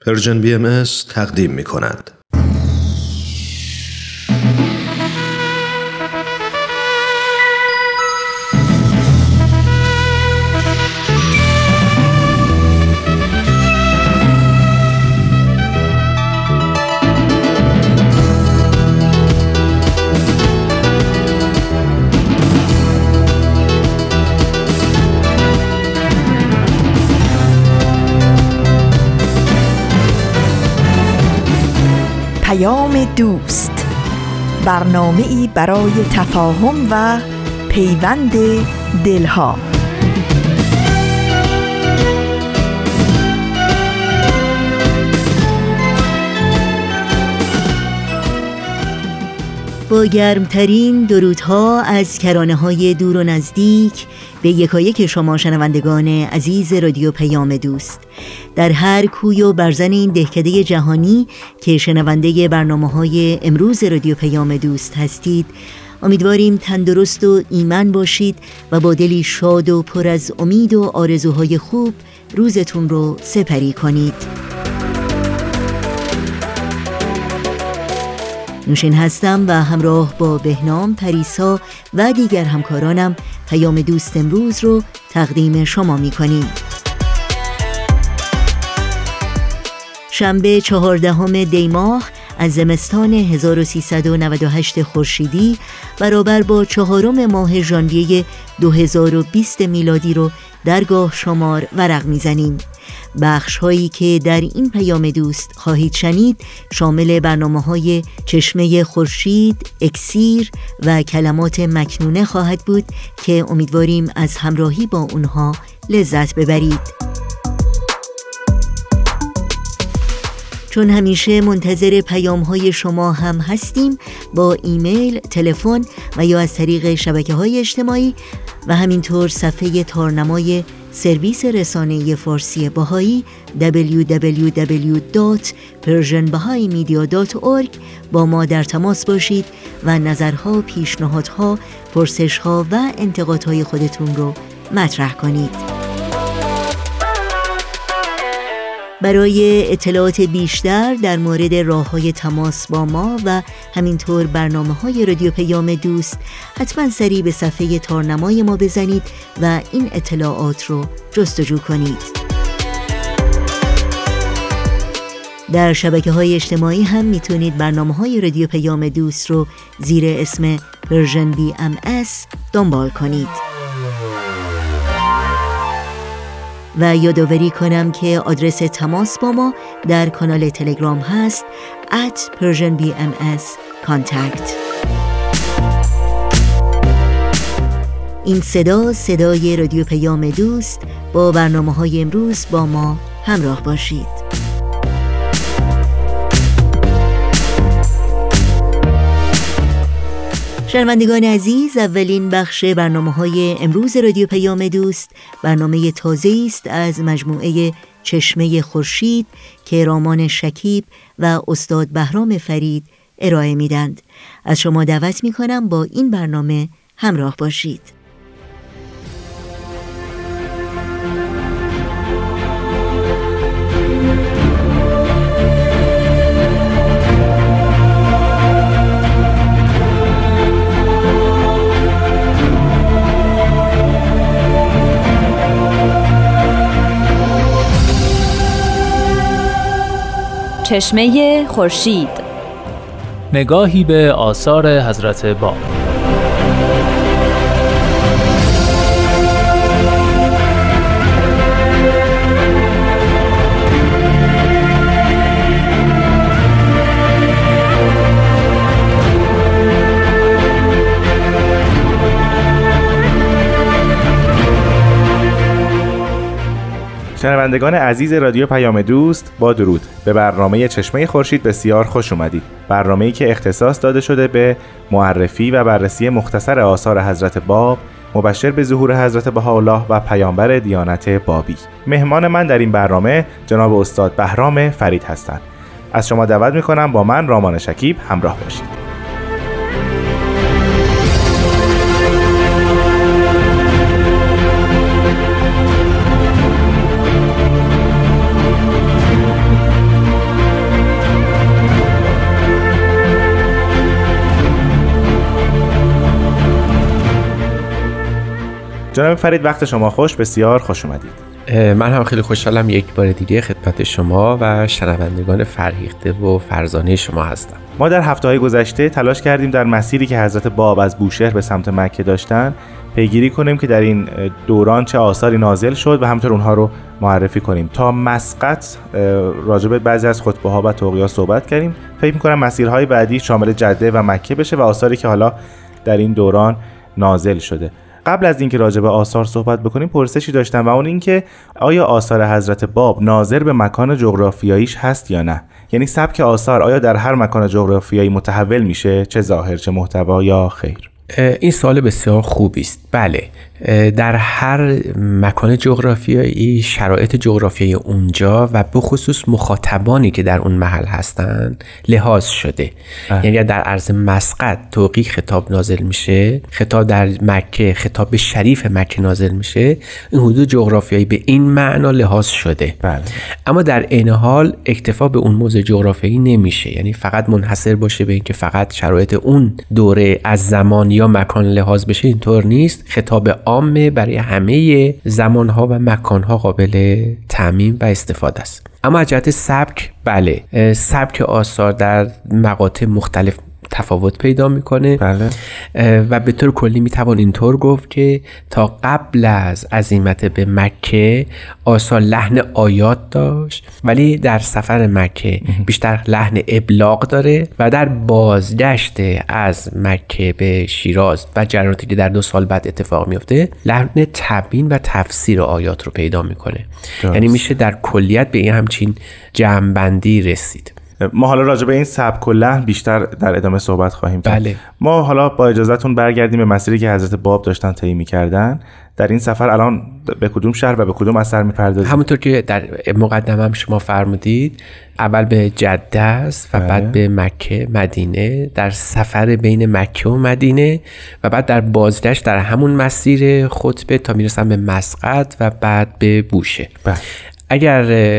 پرژن BMS تقدیم می کند. دوست، برنامه‌ای برای تفاهم و پیوند دلها. با گرمترین درودها از کرانه‌های دور و نزدیک به یکایک شما شنوندگان عزیز رادیو پیام دوست، در هر کوی و برزن این دهکده جهانی که شنونده برنامه‌های امروز رادیو پیام دوست هستید، امیدواریم تندرست و ایمن باشید و با دلی شاد و پر از امید و آرزوهای خوب روزتون رو سپری کنید. نوشین هستم و همراه با بهنام، پریسا و دیگر همکارانم پیام دوست امروز رو تقدیم شما می کنیم. شنبه 14 دی ماه از زمستان 1398 خورشیدی برابر با 4 ماه ژانویه 2020 میلادی رو درگاه شمار ورق میزنیم. بخش هایی که در این پیام دوست خواهید شنید شامل برنامه‌های چشمه خورشید، اکسیر و کلمات مکنونه خواهد بود که امیدواریم از همراهی با اونها لذت ببرید. چون همیشه منتظر پیام‌های شما هم هستیم، با ایمیل، تلفن و یا از طریق شبکه‌های اجتماعی و همینطور صفحه تارنمای سرویس رسانه فارسی بهایی www.persianbahaimedia.org با ما در تماس باشید و نظرها، پیشنهادها، پرسشها و انتقادهای خودتون رو مطرح کنید. برای اطلاعات بیشتر در مورد راه‌های تماس با ما و همینطور برنامه‌های رادیو پیام دوست حتما سری به صفحه تارنمای ما بزنید و این اطلاعات رو جستجو کنید. در شبکه‌های اجتماعی هم میتونید برنامه‌های رادیو پیام دوست رو زیر اسم پرژن BMS دنبال کنید. و یادآوری کنم که آدرس تماس با ما در کانال تلگرام هست @PersianBMSContact. این صدای رادیو پیام دوست. با برنامه‌های امروز با ما همراه باشید. شنوندگان عزیز، اولین بخش برنامه‌های امروز رادیو پیام دوست برنامه تازه‌ای است از مجموعه چشمه خورشید که رامان شکیب و استاد بهرام فرید ارائه میدند. از شما دعوت می‌کنم با این برنامه همراه باشید. چشمه خورشید، نگاهی به آثار حضرت باب. شنوندگان عزیز رادیو پیام دوست، با درود به برنامه چشمه خورشید بسیار خوش اومدید. برنامه‌ای که اختصاص داده شده به معرفی و بررسی مختصر آثار حضرت باب مبشر به ظهور حضرت بهاءالله و پیامبر دیانت بابی. مهمان من در این برنامه جناب استاد بهرام فرید هستند. از شما دعوت می‌کنم با من رامان شکیب همراه باشید. جناب فرید وقت شما خوش، بسیار خوش اومدید. من هم خیلی خوشحالم یک بار دیگه خدمت شما و شنوندگان فرهیخته و فرزانه شما هستم. ما در هفته‌های گذشته تلاش کردیم در مسیری که حضرت باب از بوشهر به سمت مکه داشتن پیگیری کنیم که در این دوران چه آثاری نازل شد و همینطور اونها رو معرفی کنیم. تا مسقط راجع به بعضی از خطبه‌ها و توقیات صحبت کردیم. فکر می‌کنم مسیرهای بعدی شامل جده و مکه بشه و آثاری که حالا در این دوران نازل شده. قبل از اینکه راجع به آثار صحبت بکنیم پرسشی داشتم و اون این که آیا آثار حضرت باب ناظر به مکان جغرافیاییش هست یا نه؟ یعنی سبک آثار آیا در هر مکان جغرافیایی متحول میشه، چه ظاهر چه محتوا، یا خیر؟ این سوال بسیار خوبی است. بله، در هر مکان جغرافیایی شرایط جغرافیایی اونجا و به خصوص مخاطبانی که در اون محل هستن لحاظ شده. یعنی در عرض مسقط توقیع خطاب نازل میشه، خطاب در مکه خطاب به شریف مکه نازل میشه، این حدود جغرافیایی به این معنا لحاظ شده. بله. اما در عین حال اکتفا به اون موضع جغرافیایی نمیشه، یعنی فقط منحصر باشه به اینکه فقط شرایط اون دوره از زمان یا مکان لحاظ بشه، اینطور نیست. خطاب عامه برای همه زمانها و مکانها قابل تعمیم و استفاده است. اما از جهت سبک، بله، سبک آثار در مقاطع مختلف تفاوت پیدا میکنه. بله. و به طور کلی میتوان اینطور گفت که تا قبل از عزیمت به مکه آثار لحن آیات داشت، ولی در سفر مکه بیشتر لحن ابلاغ داره و در بازگشت از مکه به شیراز و جریاناتی که در 2 سال بعد اتفاق میفته لحن تبیین و تفسیر آیات رو پیدا میکنه. یعنی میشه در کلیت به این همچین جمع‌بندی رسید. ما حالا راجع به این سبک و لحن بیشتر در ادامه صحبت خواهیم کرد. بله. ما حالا با اجازهتون برگردیم به مسیری که حضرت باب داشتن طی می‌کردن. در این سفر الان به کدوم شهر و به کدوم اثر می‌پردازید؟ همونطور که در مقدمه هم شما فرمودید، اول به جده است و بعد به مکه، مدینه، در سفر بین مکه و مدینه و بعد در بازگشت در همون مسیر خطبه تا میرسن به مسقط و بعد به بوشهر. اگر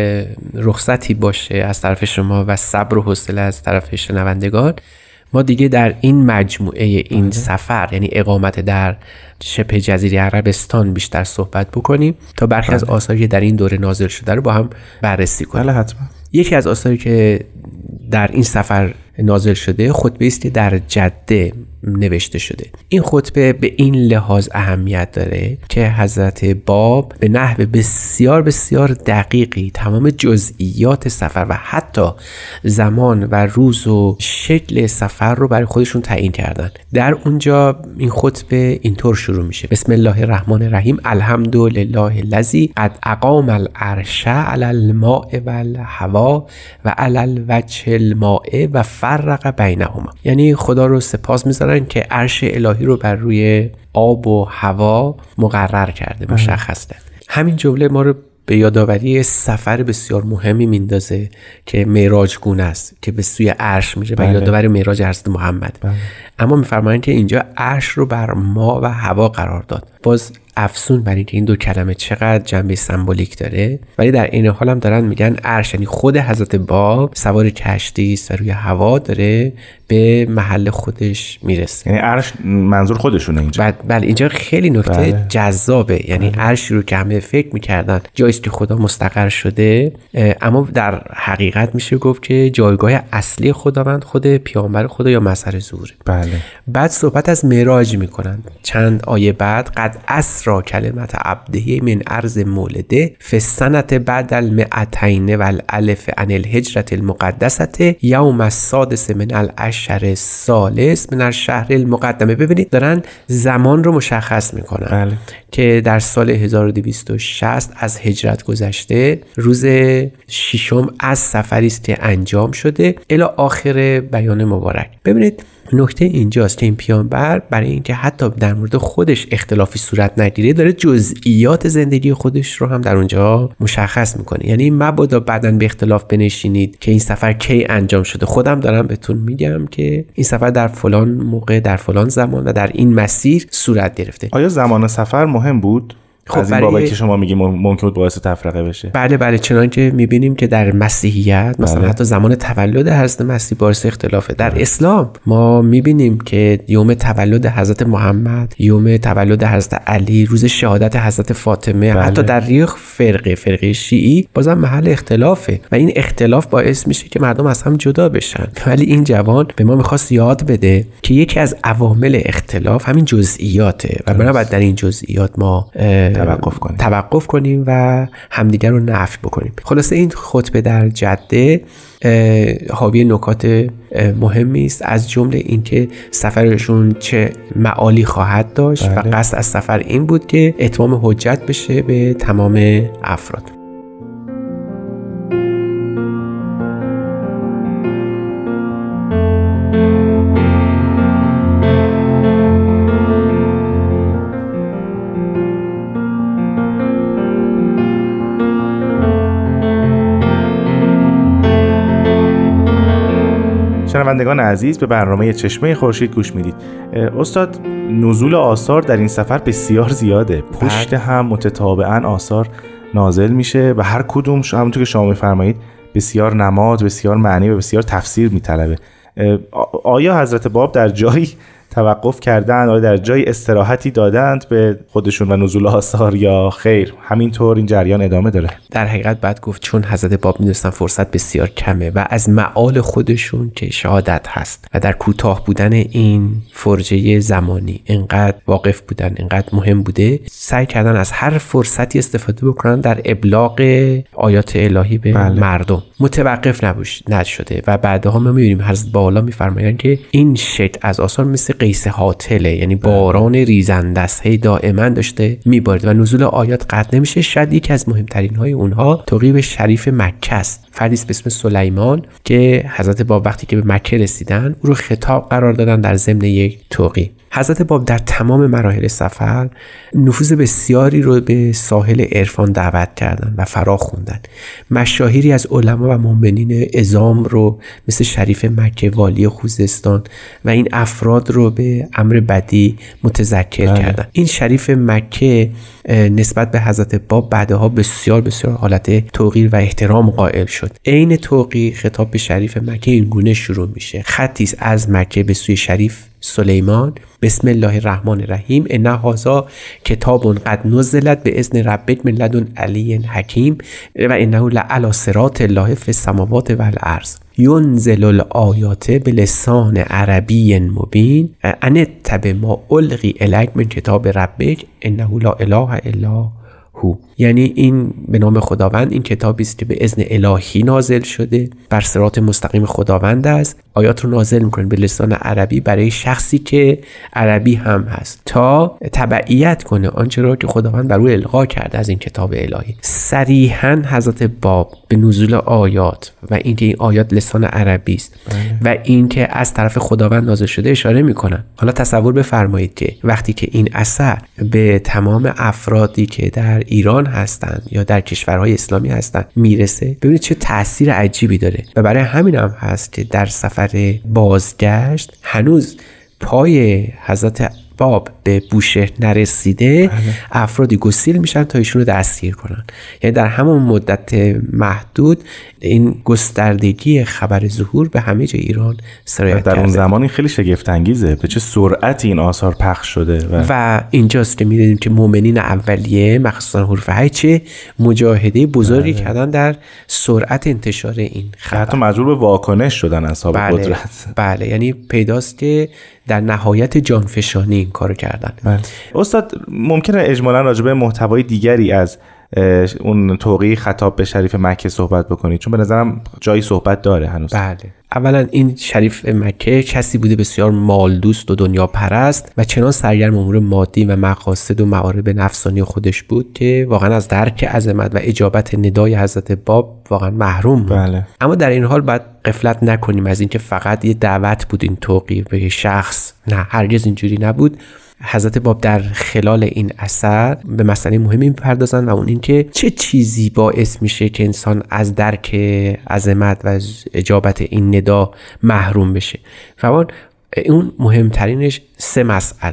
رخصتی باشه از طرف شما و صبر و حوصله از طرف شنوندگان، ما دیگه در این مجموعه این سفر، یعنی اقامت در شبه جزیره عربستان، بیشتر صحبت بکنیم تا برخی از آثاری که در این دوره نازل شده رو با هم بررسی کنیم. بله حتما. یکی از آثاری که در این سفر نازل شده خطبه است که در جده نوشته شده. این خطبه به این لحاظ اهمیت داره که حضرت باب به نحو بسیار بسیار دقیقی تمام جزئیات سفر و حتی زمان و روز و شکل سفر رو برای خودشون تعیین کردن. در اونجا این خطبه اینطور شروع میشه: بسم الله الرحمن الرحیم، الحمدلله الذی قد اقام العرش علی الماء و الهوا و علی الوجه الماء و فرق بینهما. یعنی خدا رو سپاس میذارن که عرش الهی رو بر روی آب و هوا مقرر کرده، مشخص کرده. همین جمله ما رو به یادآوری سفر بسیار مهمی میندازه که معراج گونه است که به سوی عرش میره و یادآوری معراج حضرت محمد. اما میفرمایند که اینجا عرش رو بر ما و هوا قرار داد. باز افسون بر اینکه این دو کلمه چقدر جنبه سمبولیک داره، ولی در این حال هم دارن میگن عرش، یعنی خود حضرت باب سوار کشتی است و روی هوا داره به محل خودش میرسه. یعنی عرش منظور خودشونه اینجا. بله، اینجا خیلی نکته جذابه. یعنی عرشی رو که همه فکر میکردن جایی که خدا مستقر شده، اما در حقیقت میشه گفت که جایگاه اصلی خداوند خود پیامبر خدا یا مظهر ظهور. بله. بعد صحبت از معراج میکنن. چند آیه بعد قد اسرا کلمت عبده من ارض مولده فی السنه بعد المئتین و الالف عن الهجرة المقدسه یوم السادس من العشر الثالث من الشهر المقدمه. ببینید دارن زمان رو مشخص میکنن. بله. که در سال 1260 از هجرت گذشته، روز 6 از سفری است که انجام شده الی آخر بیان مبارک. ببینید نکته اینجاست که این پیامبر برای اینکه حتی در مورد خودش اختلافی صورت نگیره داره جزئیات زندگی خودش رو هم در اونجا مشخص میکنه. یعنی مبادا بعداً به اختلاف بنشینید که این سفر کی انجام شده. خودم دارم بهتون میگم که این سفر در فلان موقع در فلان زمان و در این مسیر صورت گرفته. آیا زمان سفر مهم بود؟ خب از این بابایی که شما میگی ممکن بود باعث تفرقه بشه. بله چنانچه میبینیم که در مسیحیت مثلا حتی زمان تولد حضرت مسیح باعث اختلافه. در اسلام ما میبینیم که یوم تولد حضرت محمد، یوم تولد حضرت علی، روز شهادت حضرت فاطمه، حتی در یک فرقه شیعی بازم محل اختلافه و این اختلاف باعث میشه که مردم از هم جدا بشن. ولی این جوان به ما میخواست یاد بده که یکی از عوامل اختلاف همین جزئیاته و بنابراین در این جزئیات ما توقف کنیم و همدیگر رو نفی بکنیم. خلاصه این خطبه در جده حاوی نکات مهمی است، از جمله اینکه سفرشون چه معالی خواهد داشت و قصد از سفر این بود که اتمام حجت بشه به تمام افراد. شنوندگان عزیز، به برنامه چشمه خورشید گوش میدید. استاد، نزول آثار در این سفر بسیار زیاده، پشت هم متتابعاً آثار نازل میشه و هر کدوم همونطور که شما میفرمایید بسیار نماد، بسیار معنی و بسیار تفسیر میطلبه. آیا حضرت باب در جایی توقف کردند، آیا در جایی استراحتی دادند به خودشون و نزول آثار یا خیر همینطور این جریان ادامه داره؟ در حقیقت باید گفت چون حضرت باب می‌دونستن فرصت بسیار کمه و از معال خودشون که شهادت هست و در کوتاه بودن این فرجه زمانی انقدر واقف بودن، انقدر مهم بوده، سعی کردن از هر فرصتی استفاده بکنن در ابلاغ آیات الهی به مردم. متوقف نشده و بعدها ما می‌بینیم حضرت بالا می‌فرمایند که این شکل از آثار مثل قیس حاطله، یعنی باران ریزنده است، هی دائما داشته میبارد و نزول آیات قطع نمیشه. شاید یکی از مهمترین های اونها توقیع شریف مکه است. فردی به اسم سلیمان که حضرت باب وقتی که به مکه رسیدن او رو خطاب قرار دادن در ضمن یک توقیع. حضرت باب در تمام مراحل سفر نفوذ بسیاری رو به ساحل عرفان دعوت کردند و فرا خوندن. مشاهیری از علما و مؤمنین عظام رو مثل شریف مکه والی خوزستان و این افراد رو به امر بدی متذکر کردند. این شریف مکه نسبت به حضرت باب بعدها بسیار حالت توقیر و احترام قائل شد. عین توقیر خطاب به شریف مکه این گونه شروع میشه: خطی از مکه به سوی شریف سلیمان، بسم الله الرحمن الرحیم، ان هذا کتاب قد نزلت باذن ربک من لدن علی حکیم و انه لعلی صراط الله فی السماوات و الارض ینزل الآیات بلسان عربی مبین ان اتبع ما القی الیک من کتاب ربک انه لا اله الا هو. یعنی این به نام خداوند این کتابی است که به اذن الهی نازل شده، بر صراط مستقیم خداوند است. آیات رو نازل میکنه به لسان عربی برای شخصی که عربی هم هست تا تبعیت کنه آنچه را که خداوند بر او القا کرده از این کتاب الهی. صریحاً حضرت باب به نزول آیات و اینکه این آیات لسان عربی است و اینکه از طرف خداوند نازل شده اشاره میکنن. حالا تصور بفرمایید که وقتی که این اثر به تمام افرادی که در ایران هستند یا در کشورهای اسلامی هستند میرسه، ببینید چه تأثیر عجیبی داره. و برای همین هم هست که در سفر بازگشت هنوز پای حضرت باب به بوشهر نرسیده، افرادی گسیل میشن تا ایشون رو دستگیر کنن. یعنی در همون مدت محدود این گستردگی خبر ظهور به همه جای ایران سرایت کرده. در اون زمان این خیلی شگفت انگیزه به چه سرعتی این آثار پخش شده و اینجاست که می‌بینیم که مؤمنین اولیه مخصوصا حروف هی چه مجاهده بزرگی کردن در سرعت انتشار این خبر. حتی مجبور به واکنش شدن اصحاب قدرت. بله، یعنی پیداست که در نهایت جانفشانی این کارو کردن. استاد، ممکنه اجمالاً راجع به محتوای دیگری از اون توقیع خطاب به شریف مکه صحبت بکنید؟ چون به نظرم جایی صحبت داره هنوز. بله، اولا این شریف مکه کسی بوده بسیار مال دوست و دنیا پرست و چنان سرگرم امور مادی و مقاصد و معارب نفسانی خودش بود که واقعا از درک عظمت و اجابت ندای حضرت باب واقعا محروم بود. بله. اما در این حال باید غفلت نکنیم از اینکه فقط یه دعوت بود این توقیع به شخص. نه، هرگز اینجوری نبود. حضرت باب در خلال این اثر به مسئله مهمی می‌پردازن و اون این که چه چیزی باعث میشه که انسان از درک عظمت و از اجابت این ندا محروم بشه. و اون مهمترینش 3 مسئله است.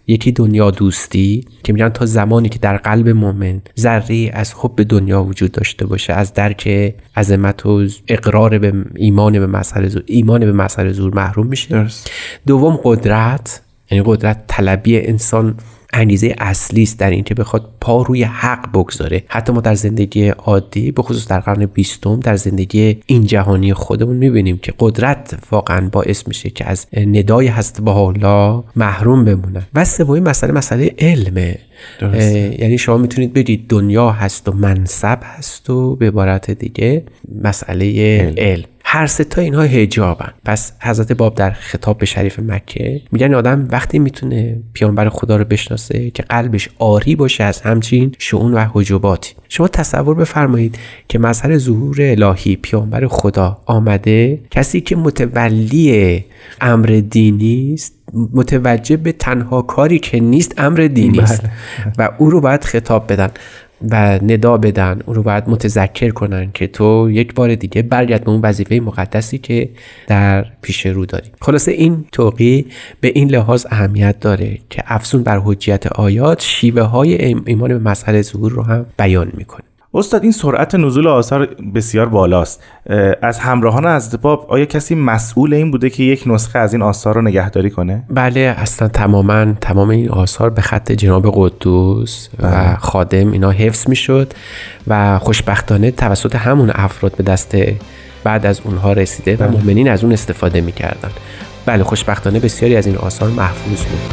یکی دنیا دوستی که میگن تا زمانی که در قلب مؤمن ذره از حب دنیا وجود داشته باشه، از درک عظمت و اقرار به ایمان به مظهر ظهور محروم میشه. درست. دوم قدرت، یعنی قدرت طلبی انسان انگیزه اصلی است در این که بخواد پا روی حق بگذاره. حتی ما در زندگی عادی، به خصوص در قرن 20، در زندگی این جهانی خودمون میبینیم که قدرت واقعا باعث میشه که از ندای هست بهاءالله محروم بمونن. و سومین مسئله علمه. یعنی شما میتونید بگید دنیا هست و منصب هست و به عبارت دیگه مسئله علم. هر سه تا اینها حجابن. پس حضرت باب در خطاب به شریف مکه میگن آدم وقتی میتونه پیامبر خدا رو بشناسه که قلبش آری باشه از همچین شؤون و حجوباتی. شما تصور بفرمایید که مظهر ظهور الهی پیامبر خدا آمده، کسی که متولی امر دینی است متوجه به تنها کاری که نیست امر دینی است و او رو باید خطاب بدن و ندا بدن، اون رو باید متذکر کنن که تو یک بار دیگه برگرد به اون وظیفه مقدسی که در پیش رو داری. خلاصه این توقیع به این لحاظ اهمیت داره که افزون بر حجیت آیات شیوه های ایمان به مظهر ظهور رو هم بیان میکنه. استاد، این سرعت نزول آثار بسیار بالاست. از همراهان حضرت باب آیا کسی مسئول این بوده که یک نسخه از این آثار رو نگهداری کنه؟ بله، اصلا تمام این آثار به خط جناب قدوس و خادم اینا حفظ میشد و خوشبختانه توسط همون افراد به دست بعد از اونها رسیده و مؤمنین از اون استفاده میکردن. بله، خوشبختانه بسیاری از این آثار محفوظ بود.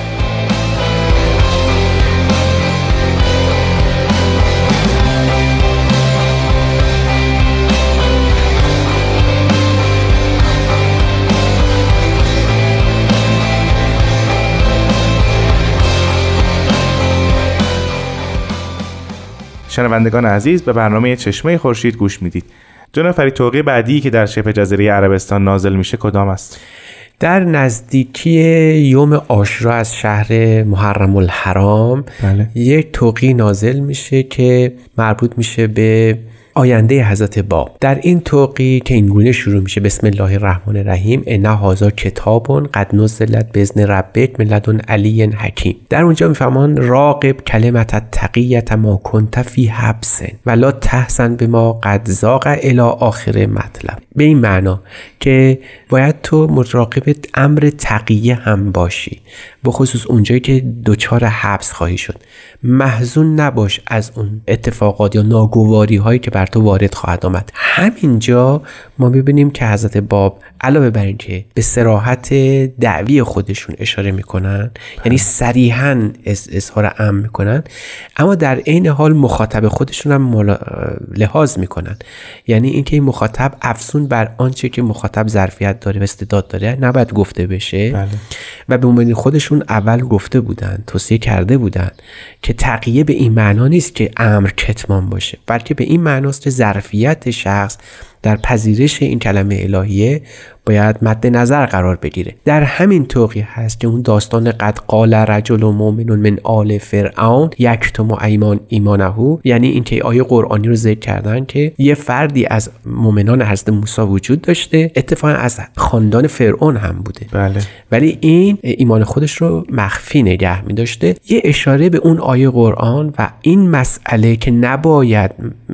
شنوندگان عزیز، به برنامه چشمه خورشید گوش میدید. جناب فرید، توقیع بعدی که در شبه جزیره عربستان نازل میشه کدام است؟ در نزدیکی یوم عاشورا از شهر محرم الحرام یک توقیع نازل میشه که مربوط میشه به آینده حضرت باب. در این توقیع که اینگونه شروع میشه: بسم الله الرحمن الرحیم، ان هذا کتاب قد نزلت باذن ربک من لدن علی حکیم. در اونجا میفهمان راقب کلمت التقیت ما کنت فی حبس ولا تحزن بما قد ذاق الی آخر مطلب. به این معنا که باید تو مراقب امر تقیه هم باشی، به خصوص اونجایی که دچار حبس خواهی شد. محزون نباش از اون اتفاقات یا ناگواری هایی که بر تو وارد خواهد آمد. همینجا ما میبینیم که حضرت باب علاوه بر این که به صراحت دعوی خودشون اشاره میکنن، یعنی صریحاً اظهار امر میکنن، اما در عین حال مخاطب خودشون هم لحاظ میکنن. یعنی اینکه این مخاطب افزون بر آنچه که مخاطب ظرفیت داره و استعداد داره نباید گفته بشه. و به معنی خودشون اول گفته بودن، توصیه کرده بودن که تقیه به این معنا نیست که امر کتمان باشه، بلکه به این معناست که ظرفیت شخص در پذیرش این کلمه الهیه باید مد نظر قرار بگیره. در همین توقیع هست که اون داستان قد قال رجل مؤمن من آل فرعون یکتم ایمانه، یعنی این که آیه قرآنی رو ذکر کردن که یه فردی از مؤمنان حضرت موسی وجود داشته، اتفاقا از خاندان فرعون هم بوده. ولی این ایمان خودش رو مخفی نگه می داشته. یه اشاره به اون آیه قرآن و این مسئله که نباید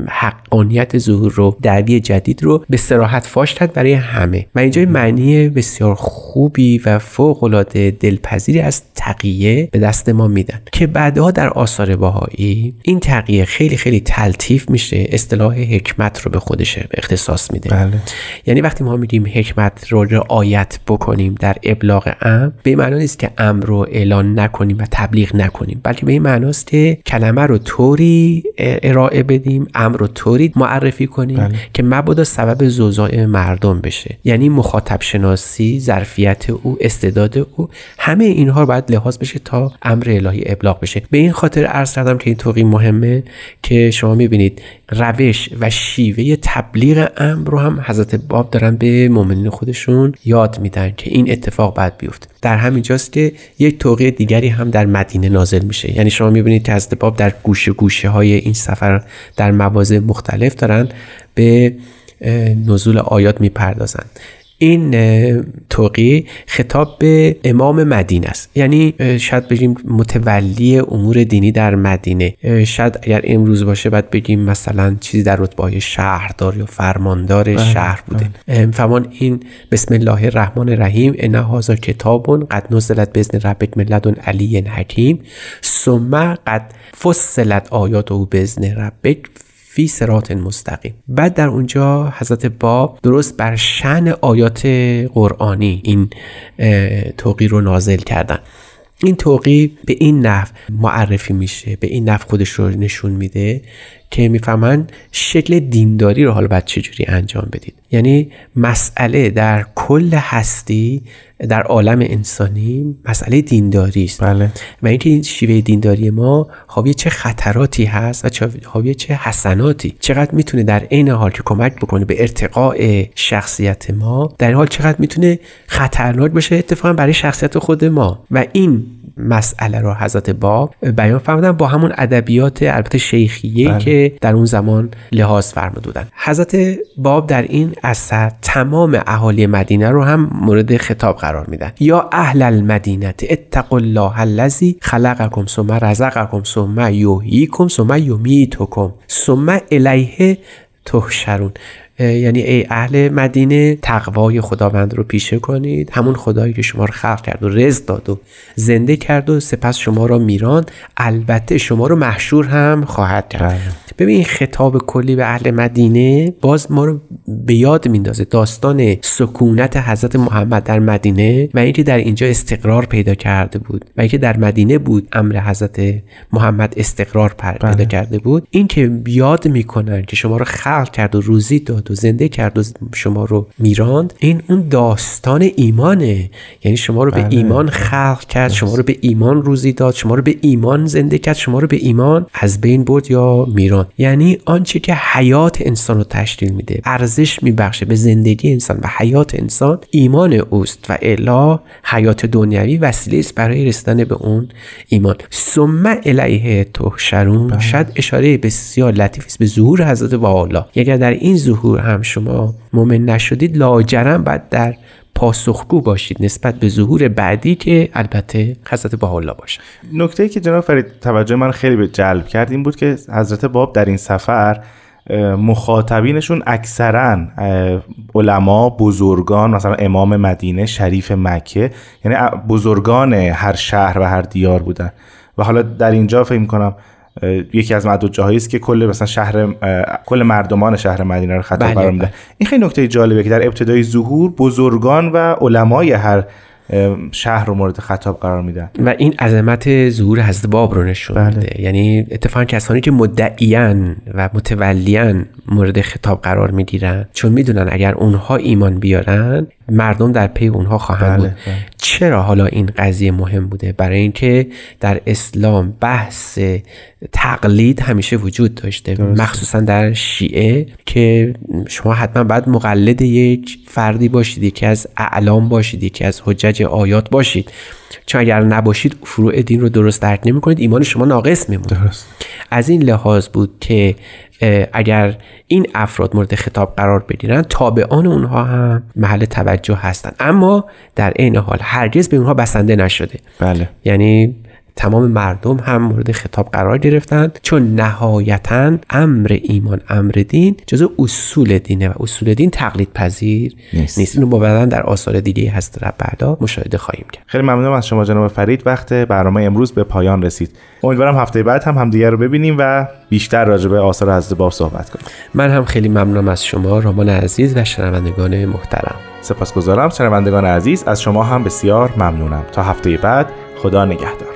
حقانیت ظهور رو، دعوی جدید رو به صراحت فاش کرد برای همه. و اینجا معنی بسیار خوبی و فوق‌العاده دلپذیری از تقیه به دست ما میدن که بعدها در آثار بهایی این تقیه خیلی خیلی تلطیف میشه، اصطلاح حکمت رو به خودش اختصاص میده. یعنی وقتی ما میگیم حکمت رو رعایت بکنیم در ابلاغ امر، به این معنی نیست که امر رو اعلان نکنیم و تبلیغ نکنیم، بلکه به این معناست که کلمه رو طوری ارائه بدیم، امر رو طوری معرفی کنیم که مبادا سبب زوزاع مردم بشه. یعنی مخاطب شناسی، ظرفیت او، استعداد او، همه اینها باید لحاظ بشه تا امر الهی ابلاغ بشه. به این خاطر عرض کردم که این توقیع مهمه که شما میبینید روش و شیوه تبلیغ امر رو هم حضرت باب دارن به مؤمنین خودشون یاد میدن که این اتفاق باید بیفته. در همین جاست که یک توقیع دیگری هم در مدینه نازل میشه. یعنی شما میبینید که حضرت باب در گوشه گوشه های این سفر در مواضع مختلف دارن به نزول آیات میپردازند. این توقیع خطاب به امام مدینه است، یعنی شاید بگیم متولی امور دینی در مدینه. شاید اگر امروز باشه باید بگیم مثلا چیزی در رتبه شهردار یا فرماندار شهر بوده. فرمان این بسم الله الرحمن الرحیم ان هذا کتاب قد نزلت باذن ربک من لدن علی حکیم ثم قد فصلت آیاته باذن ربک فی صراط مستقیم. بعد در اونجا حضرت باب درست بر شأن آیات قرآنی این توقیع رو نازل کردن. این توقیع به این نحو معرفی میشه، به این نحو خودش رو نشون میده که میفهمن شکل دینداری رو حالا باید چجوری انجام بدید. یعنی مسئله در کل هستی در عالم انسانی مسئله دینداری است. بله. و اینکه این شیوه دینداری ما حاوی چه خطراتی هست و حاوی چه حسناتی، چقدر میتونه در عین حال که کمک بکنه به ارتقاء شخصیت ما، در این حال چقدر میتونه خطرناک باشه اتفاقا برای شخصیت خود ما. و این مسئله رو حضرت باب بیان فرمودن با همون ادبیات البته شیخیه‌ای که در اون زمان لحاظ فرموده بودن. حضرت باب در این اثر تمام اهالی مدینه رو هم مورد خطاب قرار میدن. یا اهل المدینه اتقوا الله الذی خلقکم ثم رزقکم ثم یحییکم ثم یمیتکم ثم الیه تحشرون. یعنی ای اهل مدینه تقوای خداوند رو پیشه کنید، همون خدایی که شما رو خلق کرد و رزق داد و زنده کرد و سپس شما رو میراند، البته شما رو محشور هم خواهد کرد. ببین این خطاب کلی به اهل مدینه باز ما رو به یاد میندازه داستان سکونت حضرت محمد در مدینه و اینکه در اینجا استقرار پیدا کرده بود و اینکه در مدینه بود امر حضرت محمد استقرار پیدا کرده بود. این که یاد میکنن که شما رو خلق کرد و روزی داد و زنده کرد و شما رو میراند، این اون داستان ایمانه. یعنی شما رو به ایمان خلق کرد، شما رو به ایمان روزی داد، شما رو به ایمان زنده کرد، شما رو به ایمان از بین برد یا میراند. یعنی آنچه که حیات انسان رو تشکیل میده، ارزش میبخشه به زندگی انسان و حیات انسان، ایمان اوست و الا حیات دنیوی وسیله است برای رسیدن به اون ایمان. ثم الیه تحشرون شاید اشاره بسیار لطیفی است به ظهور حضرت بهاءالله. اگر در این ظهور هم شما مؤمن نشدید لاجرم باید در پاسخگو باشید نسبت به ظهور بعدی که البته حضرت بهاءالله باشه. نکته‌ای که جناب فرید توجه من خیلی به جلب کرد این بود که حضرت باب در این سفر مخاطبینشون اکثرا علما، بزرگان، مثلا امام مدینه، شریف مکه، یعنی بزرگان هر شهر و هر دیار بودن. و حالا در اینجا فکر می‌کنم یکی از معدود جاهایی است که کل مثلا کل مردمان شهر مدینه رو خطاب قرار میده. این خیلی نکته جالبه که در ابتدای ظهور بزرگان و علمای هر شهر رو مورد خطاب قرار میدن و این عظمت ظهور حضرت باب رو نشون میده. یعنی اتفاقا کسانی که مدعیان و متولیان مورد خطاب قرار میگیرن چون میدونن اگر اونها ایمان بیارن مردم در پی اونها خواهند بود. چرا حالا این قضیه مهم بوده؟ برای اینکه در اسلام بحث تقلید همیشه وجود داشته، مخصوصا در شیعه که شما حتما باید مقلد یک فردی باشید، یکی از اعلام باشید، یکی از حجج آیات باشید، چون اگر نباشید فروع دین رو درست درک نمی کنید، ایمان شما ناقص میمونه. از این لحاظ بود که اگر این افراد مورد خطاب قرار بگیرن تابعان اونها هم محل توجه هستن، اما در عین حال هرگز به اونها بسنده نشده. بله. یعنی تمام مردم هم مورد خطاب قرار گرفتند چون نهایتاً امر ایمان، امر دین جزء اصول دینه و اصول دین تقلید پذیر نیست. اینو بعداً در آثار دیگه هست ربعدا مشاهده خواهیم کرد. خیلی ممنونم از شما جناب فرید. وقت برنامه امروز به پایان رسید. امیدوارم هفته بعد هم همدیگه رو ببینیم و بیشتر راجع به آثار حضرت باب صحبت کنیم. من هم خیلی ممنونم از شما رامان عزیز و شنوندگان محترم. سپاسگزارم شنوندگان عزیز، از شما هم بسیار ممنونم. تا هفته بعد، خدا نگهدار.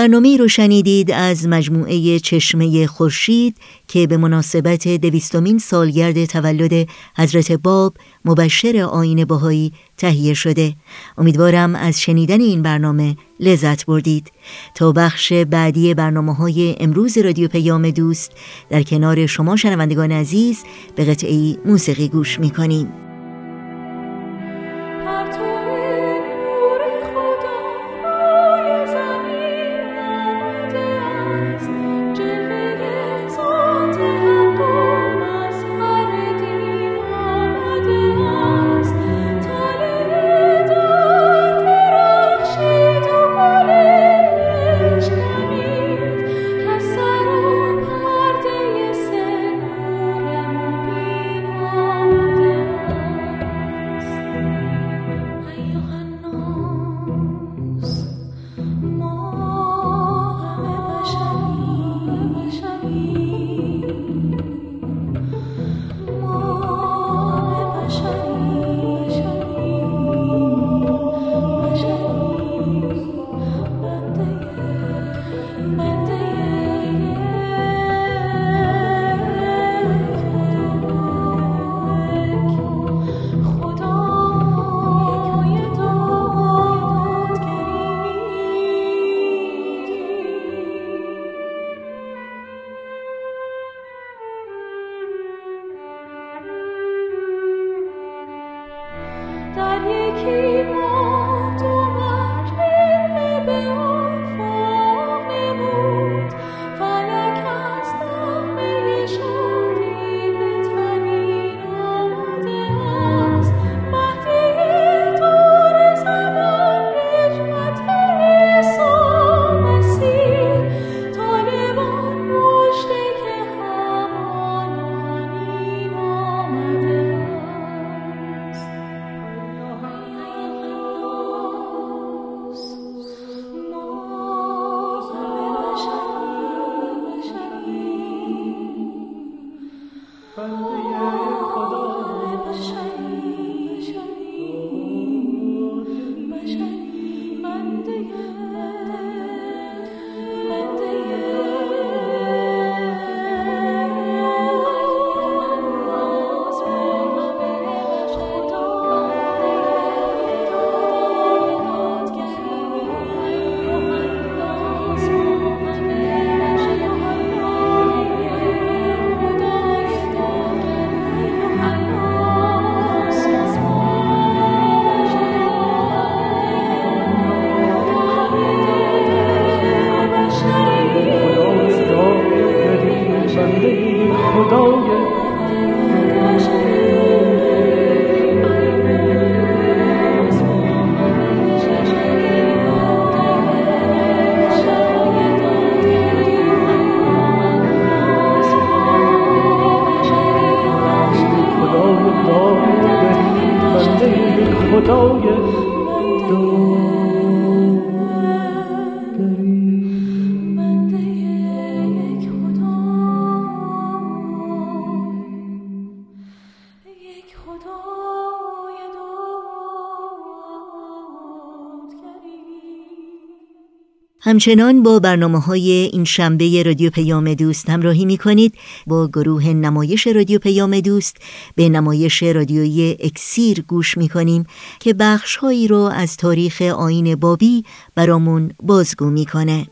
برنامه رو شنیدید از مجموعه چشمه خورشید که به مناسبت 200مین سالگرد تولد حضرت باب مبشر آیین بهایی تهیه شده. امیدوارم از شنیدن این برنامه لذت بردید. تا بخش بعدی برنامه‌های امروز رادیو پیام دوست در کنار شما شنوندگان عزیز به قطعه‌ای موسیقی گوش می‌کنیم. همچنان با برنامه‌های این شنبه رادیو پیام دوست همراهی می‌کنید. با گروه نمایش رادیو پیام دوست به نمایش رادیویی اکسیر گوش می‌کنیم که بخش‌هایی رو از تاریخ آیین بابی برامون بازگو می‌کنه.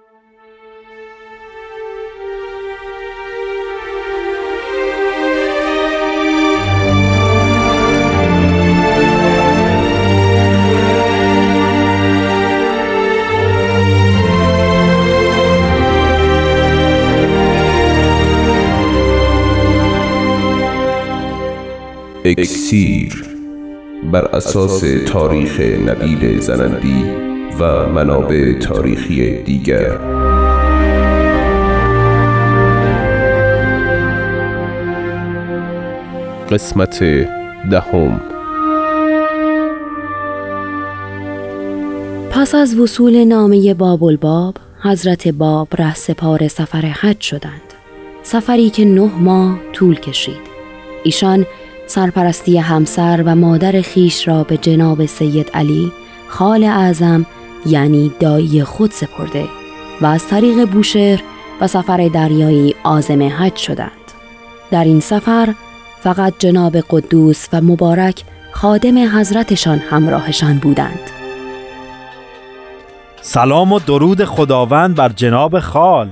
اکسیر بر اساس تاریخ نبیل زنندی و منابع تاریخی دیگر. قسمت 10. پس از وصول نامه باب‌الباب، حضرت باب رهسپار سفر حج شدند. سفری که 9 ماه طول کشید. ایشان سرپرستی همسر و مادر خیش را به جناب سید علی خال اعظم یعنی دایی خود سپرده و از طریق بوشهر و سفر دریایی عازم حج شدند. در این سفر فقط جناب قدوس و مبارک خادم حضرتشان همراهشان بودند. سلام و درود خداوند بر جناب خال.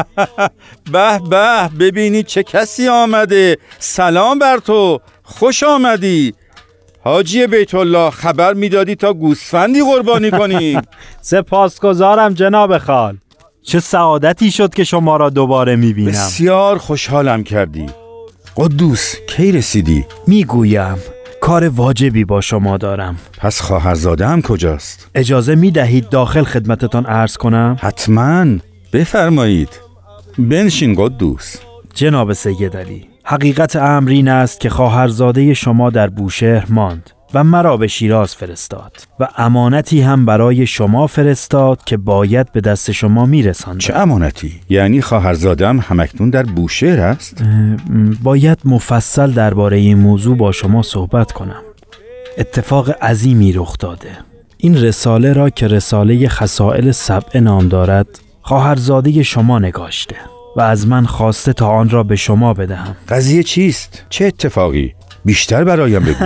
به به، ببینی چه کسی آمده. سلام بر تو، خوش آمدی. حاجی بیت الله خبر میدادی تا گوسفندی قربانی کنی. سپاسگزارم جناب خال. چه سعادتی شد که شما را دوباره میبینم. بسیار خوشحالم کردی. قدوس کی رسیدی؟ میگویم کار واجبی با شما دارم. پس خواهرزاده هم کجاست؟ اجازه میدهید داخل خدمتتان عرض کنم؟ حتماً، بفرمایید. بنشین قدوس. جناب سید علی، حقیقت امر این است که خواهرزاده شما در بوشهر ماند و مرا به شیراز فرستاد و امانتی هم برای شما فرستاد که باید به دست شما میرساندم. چه امانتی؟ یعنی خواهرزاده‌ام همکنون در بوشهر است؟ باید مفصل درباره این موضوع با شما صحبت کنم. اتفاق عظیمی رخ داده. این رساله را که رساله خصائل 7 نام دارد خواهرزاده شما نگاشته و از من خواسته تا آن را به شما بدهم. قضیه چیست؟ چه اتفاقی؟ بیشتر برایم بگو.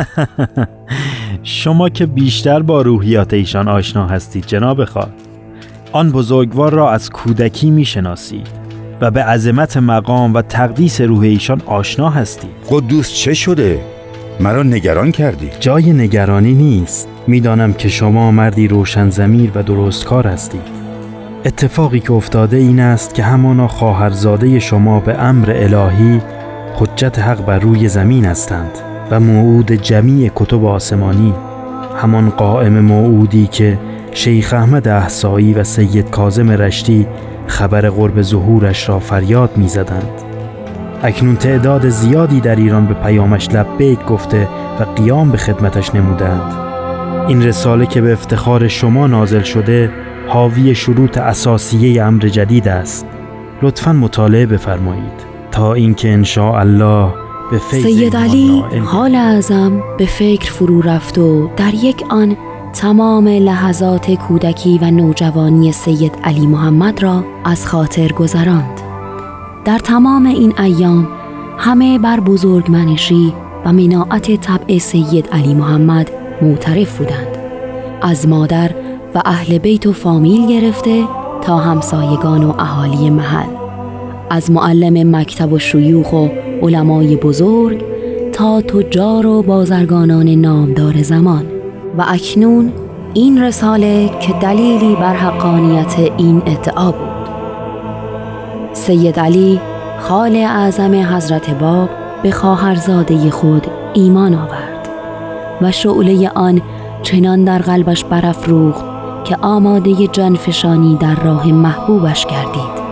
شما که بیشتر با روحیات ایشان آشنا هستید جناب خال. آن بزرگوار را از کودکی میشناسید و به عظمت مقام و تقدیس روح ایشان آشنا هستید. قدوس چه شده؟ مرا نگران کردی. جای نگرانی نیست. میدانم که شما مردی روشن ضمیر و درستکار هستید. اتفاقی که افتاده این است که همانا خواهرزاده شما به امر الهی حجت حق بر روی زمین هستند و موعود جمیع کتب آسمانی، همان قائم موعودی که شیخ احمد احصایی و سید کاظم رشتی خبر قرب ظهورش را فریاد می زدند. اکنون تعداد زیادی در ایران به پیامش لبیک گفته و قیام به خدمتش نمودند. این رساله که به افتخار شما نازل شده حاوی شروط اساسیه امر جدید است. لطفاً مطالعه بفرمایید تا اینکه انشاء الله به فیض سید علی حال اعظم به فکر فرو رفت و در یک آن تمام لحظات کودکی و نوجوانی سید علی محمد را از خاطر گذراند. در تمام این ایام همه بر بزرگمنشی و مناعت طبع سید علی محمد معترف بودند. از مادر و اهل بیت و فامیل گرفته تا همسایگان و اهالی محل، از معلم مکتب و شیوخ و علمای بزرگ تا تجار و بازرگانان نامدار زمان. و اکنون این رساله که دلیلی بر حقانیت این ادعا بود. سید علی خال اعظم حضرت باب به خواهرزاده خود ایمان آورد و شعله آن چنان در قلبش برافروخت که آماده جانفشانی در راه محبوبش گردید.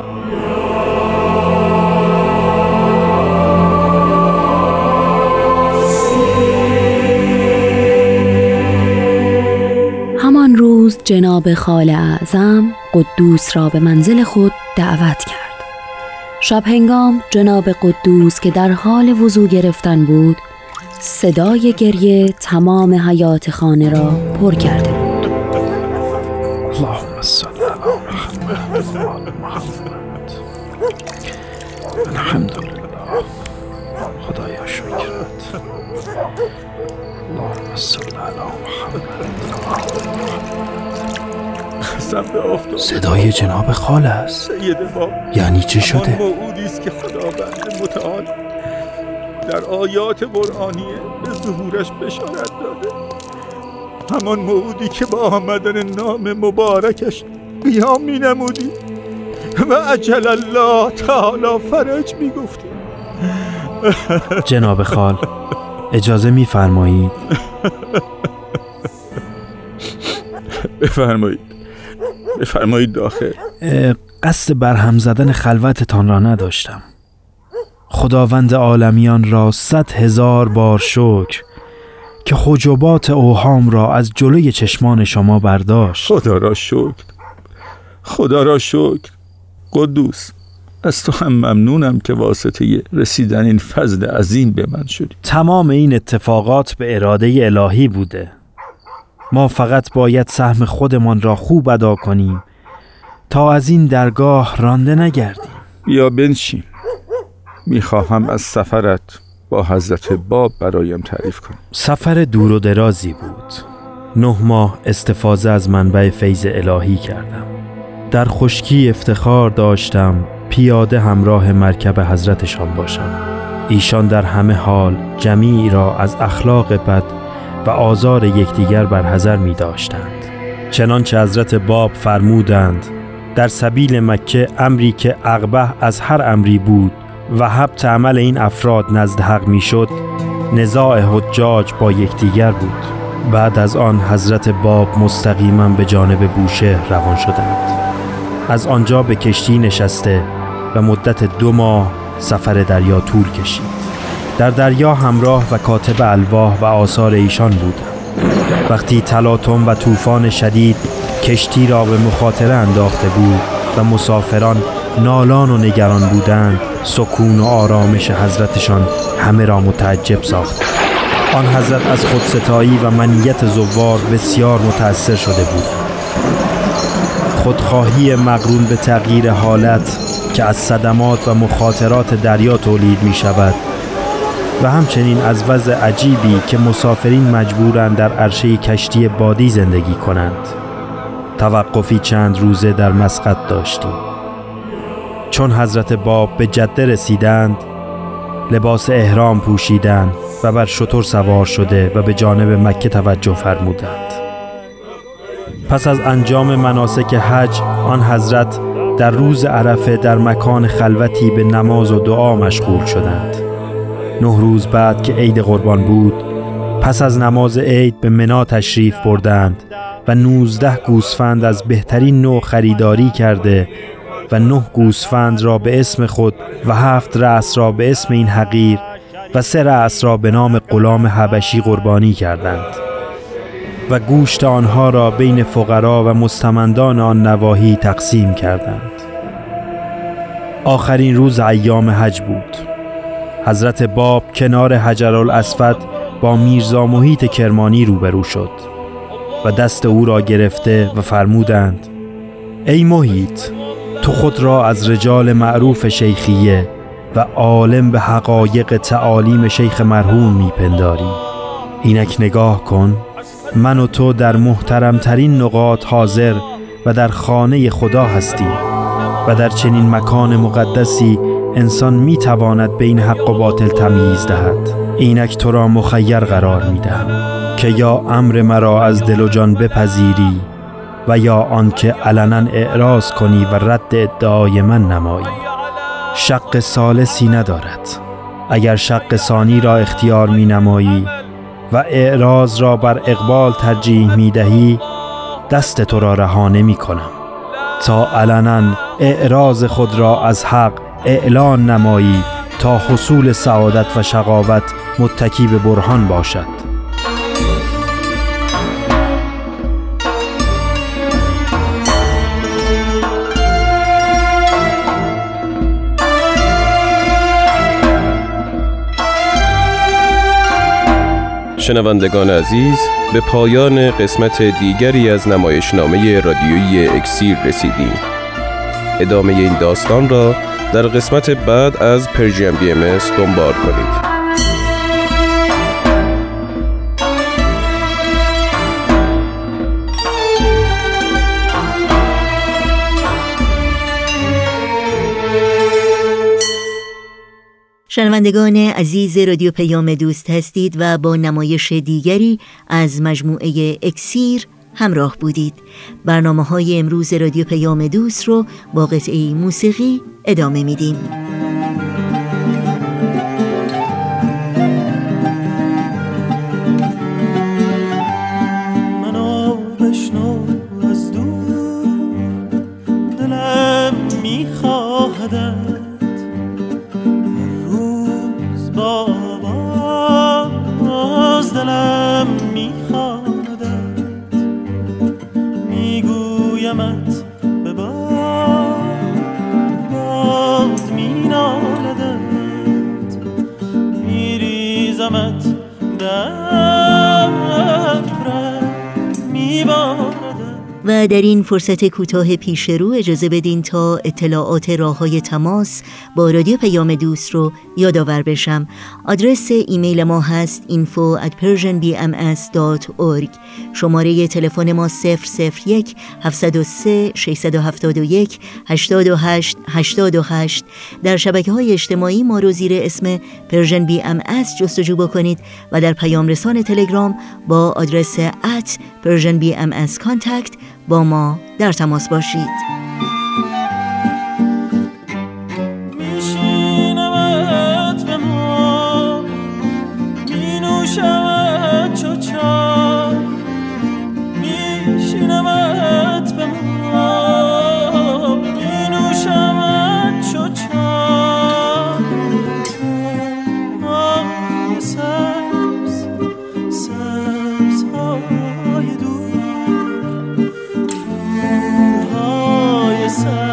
همان روز جناب خال اعظم قدوس را به منزل خود دعوت کرد. شب هنگام جناب قدوس که در حال وضو گرفتن بود، صدای گریه تمام حیات خانه را پر کرده بود. اللهم صل علی محمد. الحمدلله. خدایا شکرت. اللهم صل علی محمد. صدای جناب خال است. یعنی چه شده؟ همان موعودی است که خداوند متعال در آیات قرآنیه به ظهورش بشارت داده. همان موعودی که با آمدن نام مبارکش قیام می نمودی و عجل الله تعالی فرج می گفتی. جناب خال اجازه می فرمایید؟ بفرمایید داخل. قصد برهم زدن خلوتتان را نداشتم. خداوند عالمیان را 100,000 بار شکر که حجبات اوهام را از جلوی چشمان شما برداشت. خدا را شکر. قدوس، از تو هم ممنونم که واسطه رسیدن این فضل عظیم به من شدی. تمام این اتفاقات به اراده الهی بوده. ما فقط باید سهم خودمان را خوب ادا کنیم تا از این درگاه رانده نگردیم. بیا بنشین. میخواهم از سفرت با حضرت باب برایم تعریف کن. سفر دور و درازی بود. 9 ماه استفاضه از منبع فیض الهی کردم. در خشکی افتخار داشتم پیاده همراه مرکب حضرتشان باشم. ایشان در همه حال جمیع را از اخلاق بد و آزار یکدیگر برحذر می داشتند. چنانچه حضرت باب فرمودند در سبیل مکه امری که اقبح از هر امری بود و حبط عمل این افراد نزد حق می شد نزاع حجاج با یکدیگر بود. بعد از آن حضرت باب مستقیما به جانب بوشهر روان شدند. از آنجا به کشتی نشسته و مدت 2 ماه سفر دریا طول کشید. در دریا همراه و کاتب الواح و آثار ایشان بودم. وقتی تلاطم و طوفان شدید کشتی را به مخاطره انداخته بود و مسافران نالان و نگران بودند، سکون و آرامش حضرتشان همه را متعجب ساخت. آن حضرت از خودستایی و منیت زوار بسیار متأثر شده بود. خودخواهی مقرون به تغییر حالت که از صدمات و مخاطرات دریا تولید می شود و همچنین از وضع عجیبی که مسافرین مجبورند در عرشه کشتی بادی زندگی کنند. توقفی چند روزه در مسقط داشتیم. چون حضرت باب به جده رسیدند لباس احرام پوشیدند و بر شتر سوار شده و به جانب مکه توجه فرمودند. پس از انجام مناسک حج آن حضرت در روز عرفه در مکان خلوتی به نماز و دعا مشغول شدند. 9 روز بعد که عید قربان بود پس از نماز عید به منی تشریف بردند و 19 گوسفند از بهترین نوع خریداری کرده و 9 گوسفند را به اسم خود و 7 رأس را به اسم این حقیر و 3 رأس را به نام غلام حبشی قربانی کردند و گوشت آنها را بین فقرا و مستمندان آن نواحی تقسیم کردند. آخرین روز ایام حج بود. حضرت باب کنار حجرالاسود با میرزا محیط کرمانی روبرو شد و دست او را گرفته و فرمودند ای محیط، تو خود را از رجال معروف شیخیه و عالم به حقایق تعالیم شیخ مرحوم میپنداری. اینک نگاه کن، من و تو در محترمترین نقاط حاضر و در خانه خدا هستیم و در چنین مکان مقدسی انسان میتواند بین حق و باطل تمییز دهد. اینک تو را مخیر قرار میدهم که یا امر مرا از دل و جان بپذیری و یا آنکه علنا اعراض کنی و رد ادعای من نمایی. شق ثالثی ندارد. اگر شق ثانی را اختیار می نمایی و اعراض را بر اقبال ترجیح می دهی دست تو را رها نمی کنم تا علنا اعراض خود را از حق اعلان نمایی تا حصول سعادت و شقاوت متکی به برهان باشد. شنوندگان عزیز، به پایان قسمت دیگری از نمایشنامه رادیویی اکسیر رسیدیم. ادامه این داستان را در قسمت بعد از پرژیم BMS دنبال کنید. شنوندگان عزیز رادیو پیام دوست هستید و با نمایش دیگری از مجموعه اکسیر همراه بودید. برنامه‌های امروز رادیو پیام دوست رو با قطعه موسیقی ادامه میدیم. منو بشنو از دور، دلم میخواهد باز دلم میخواندت، میگویمت به باد مینالدت، میریزمت در میباردت. و در این فرصت کوتاه پیش رو اجازه بدین تا اطلاعات راه‌های تماس با رادیو پیام دوست رو یادآور بشم. آدرس ایمیل ما هست info@persianbms.org. شماره تلفن ما 001 703 671 88 88. در شبکه‌های اجتماعی ما رو زیر اسم پرژن BMS جستجو بکنید و در پیام رسان تلگرام با آدرس @PersianBMSContact با ما در تماس باشید. میشینمت به ما مینوشمت چو چای میشینمت به ما مینوشمت چو چای ماه سبز سبزهای دور های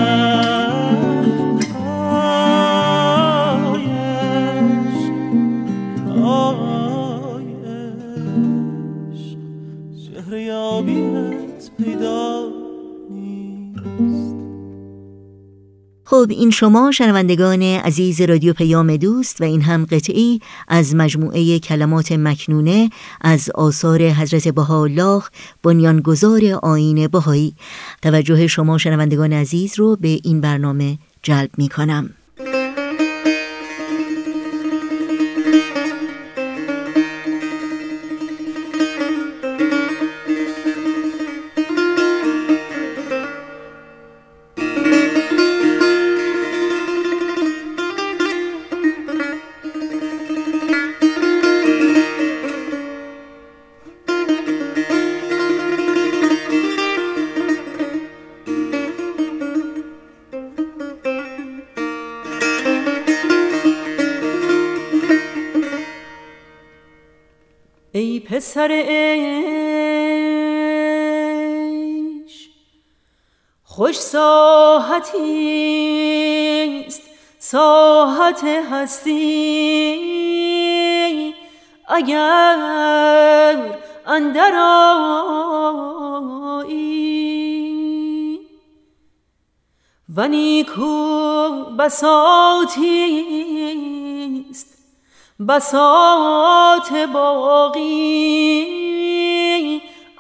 خب این شما شنوندگان عزیز رادیو پیام دوست و این هم قطعی از مجموعه کلمات مکنونه از آثار حضرت بهاءالله بنیانگذار آیین بهایی. توجه شما شنوندگان عزیز رو به این برنامه جلب می کنم. ای پسر عیش خوش ساحتیست ساحت هستی اگر اندر آیی و نیکو بساطیست بساط باقی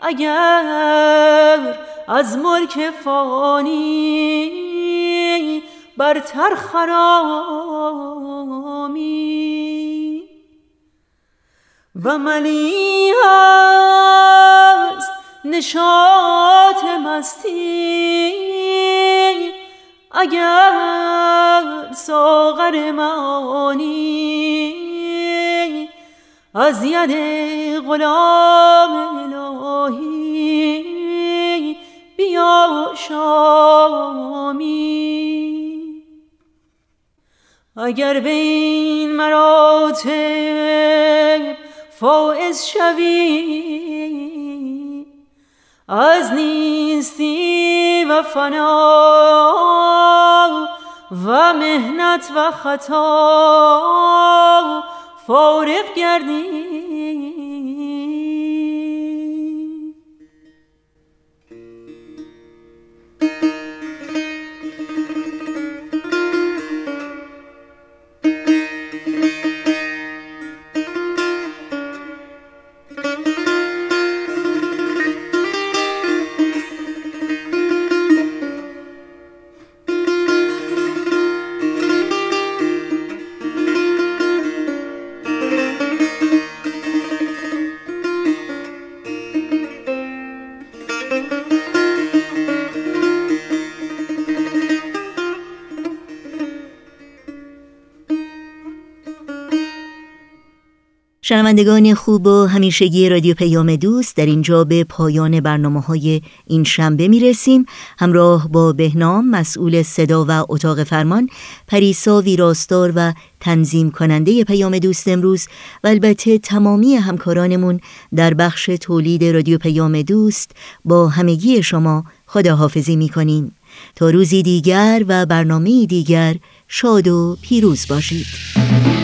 اگر از ملک فانی برتر خرامی و ملی هست نشاط مستی اگر ساغر معانی از ید غلام الهی بیا شامی اگر به این مراتب فائز شوی از نیستی و فنا و مهنت و خطا فارغ گردی شنوندگان خوب و همیشگی رادیو پیام دوست، در اینجا به پایان برنامه‌های این شنبه میرسیم. همراه با بهنام مسئول صدا و اتاق فرمان، پریسا ویراستار و تنظیم کننده پیام دوست امروز و البته تمامی همکارانمون در بخش تولید رادیو پیام دوست با همگی شما خداحافظی میکنیم. تا روزی دیگر و برنامه‌ای دیگر شاد و پیروز باشید.